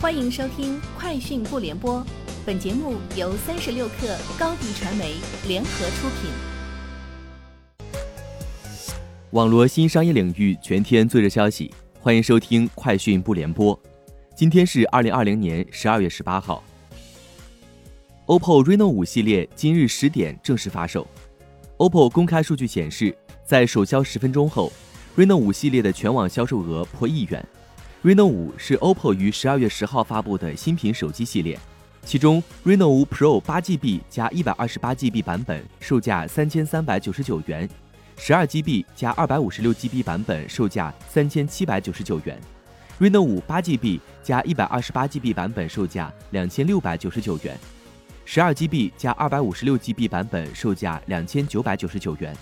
欢迎收听快讯不联播，本节目由36克高低传媒联合出品。 网络新商业领域全天最热消息，欢迎收听快讯不联播。今天是2020年12月18号。OPPO Reno5 系列今日10点正式发售。OPPO 公开数据显示，在首销10分钟后 ，Reno5 系列的全网销售额破1亿元。Reno5 是 OPPO 于12月10号发布的新品手机系列，其中 Reno5 Pro 8GB 加 128GB 版本售价3399元，12GB 加 256GB 版本售价3799元。Reno5 8GB 加 128GB 版本售价2699元，12GB 加 256GB 版本售价2999元。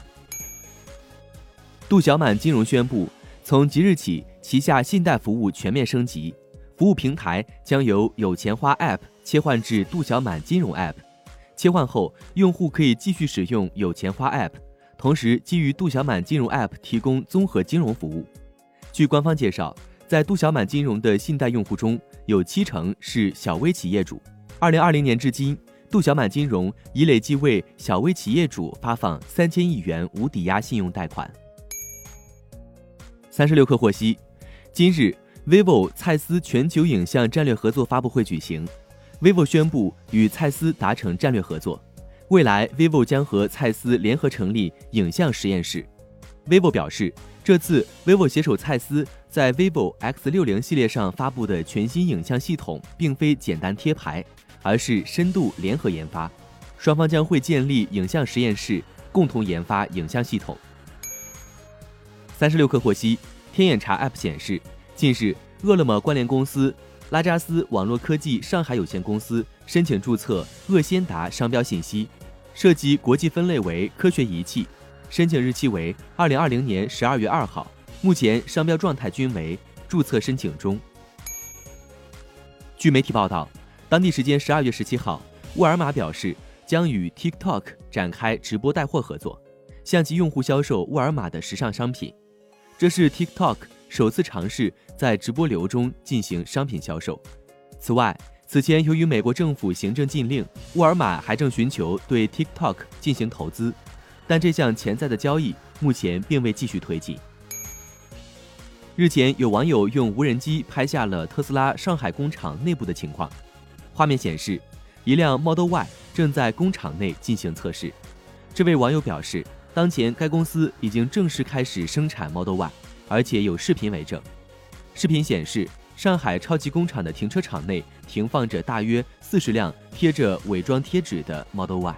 度小满金融宣布，从即日起，旗下信贷服务全面升级，服务平台将由有钱花 App 切换至度小满金融 App。切换后，用户可以继续使用有钱花 App， 同时基于度小满金融 App 提供综合金融服务。据官方介绍，在度小满金融的信贷用户中，有70%是小微企业主。2020年至今，度小满金融已累计为小微企业主发放3000亿元无抵押信用贷款。36氪获悉，今日 vivo 蔡司全球影像战略合作发布会举行， vivo 宣布与蔡司达成战略合作，未来 vivo 将和蔡司联合成立影像实验室。 vivo 表示，这次 vivo 携手蔡司在 vivo X60 系列上发布的全新影像系统并非简单贴牌，而是深度联合研发，双方将会建立影像实验室，共同研发影像系统。36氪获悉，天眼查 App 显示，近日饿了么关联公司拉扎斯网络科技上海有限公司申请注册鄂先达商标信息，涉及国际分类为科学仪器，申请日期为2020年12月2号，目前商标状态均为注册申请中。据媒体报道，当地时间12月17号，沃尔玛表示将与 TikTok 展开直播带货合作，向其用户销售沃尔玛的时尚商品。这是 TikTok 首次尝试在直播流中进行商品销售。此外，此前由于美国政府行政禁令，沃尔玛还正寻求对 TikTok 进行投资，但这项潜在的交易目前并未继续推进。日前，有网友用无人机拍下了特斯拉上海工厂内部的情况，画面显示，一辆 Model Y 正在工厂内进行测试。这位网友表示，当前该公司已经正式开始生产 Model Y， 而且有视频为证。视频显示，上海超级工厂的停车场内停放着大约40辆贴着伪装贴纸的 Model Y。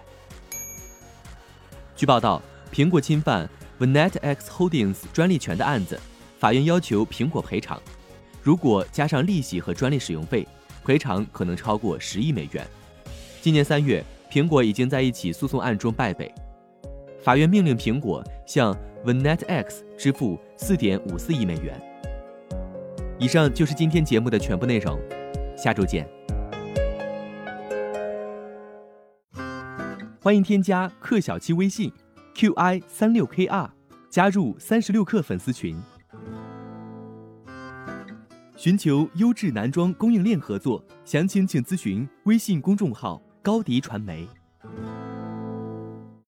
据报道，苹果侵犯 VanetX Holdings 专利权的案子，法院要求苹果赔偿，如果加上利息和专利使用费，赔偿可能超过10亿美元。今年3月，苹果已经在一起诉讼案中败北，法院命令苹果向 VanetX 支付4.54亿美元。以上就是今天节目的全部内容，下周见。欢迎添加克小七微信 QI36KR， 加入36氪粉丝群。寻求优质男装供应链合作，详情请咨询微信公众号高迪传媒。